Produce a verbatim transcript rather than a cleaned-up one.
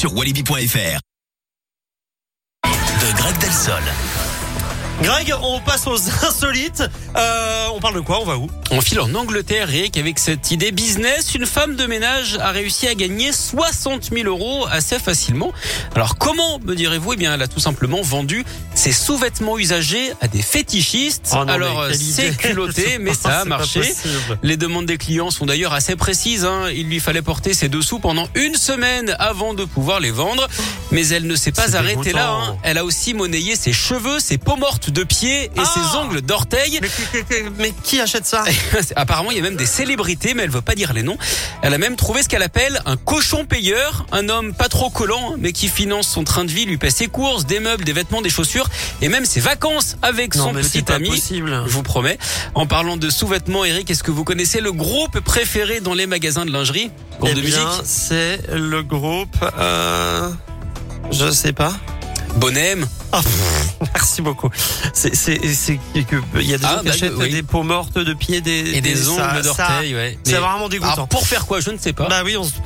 sur walibi point f r. De Greg Delsol. Greg, on passe aux insolites. Euh, on parle de quoi? On va où? On file en Angleterre, Rick, avec cette idée business. Une femme de ménage a réussi à gagner soixante mille euros assez facilement. Alors comment, me direz-vous? Eh bien, elle a tout simplement vendu ses sous-vêtements usagés à des fétichistes. Oh non, Alors, c'est culotté, mais ça a marché. Les demandes des clients sont d'ailleurs assez précises, hein. Il lui fallait porter ses dessous pendant une semaine avant de pouvoir les vendre. Mais elle ne s'est pas C'est arrêtée dégoûtant. là, hein. Elle a aussi monnayé ses cheveux, ses peaux mortes de pied et Ah ses ongles d'orteil. Mais, mais, mais qui achète ça? Apparemment, il y a même des célébrités, mais elle veut pas dire les noms. Elle a même trouvé ce qu'elle appelle un cochon payeur, un homme pas trop collant, mais qui finance son train de vie, lui paie ses courses, des meubles, des vêtements, des chaussures et même ses vacances avec Non, son mais c'est petit pas ami. possible. Je vous promets. En parlant de sous-vêtements, Eric, est-ce que vous connaissez le groupe préféré dans les magasins de lingerie? Groupe Eh de bien, musique? c'est le groupe. Euh, je sais pas. Bonhomme. Oh, pff, merci beaucoup. C'est, c'est, c'est que il y a des Ah, gens qui bah, achètent oui. des peaux mortes de pieds, des Et des ongles ça- d'orteil, ça- ouais. C'est Mais- vraiment dégoûtant. Alors, pour faire quoi? Je ne sais pas. Bah oui, on se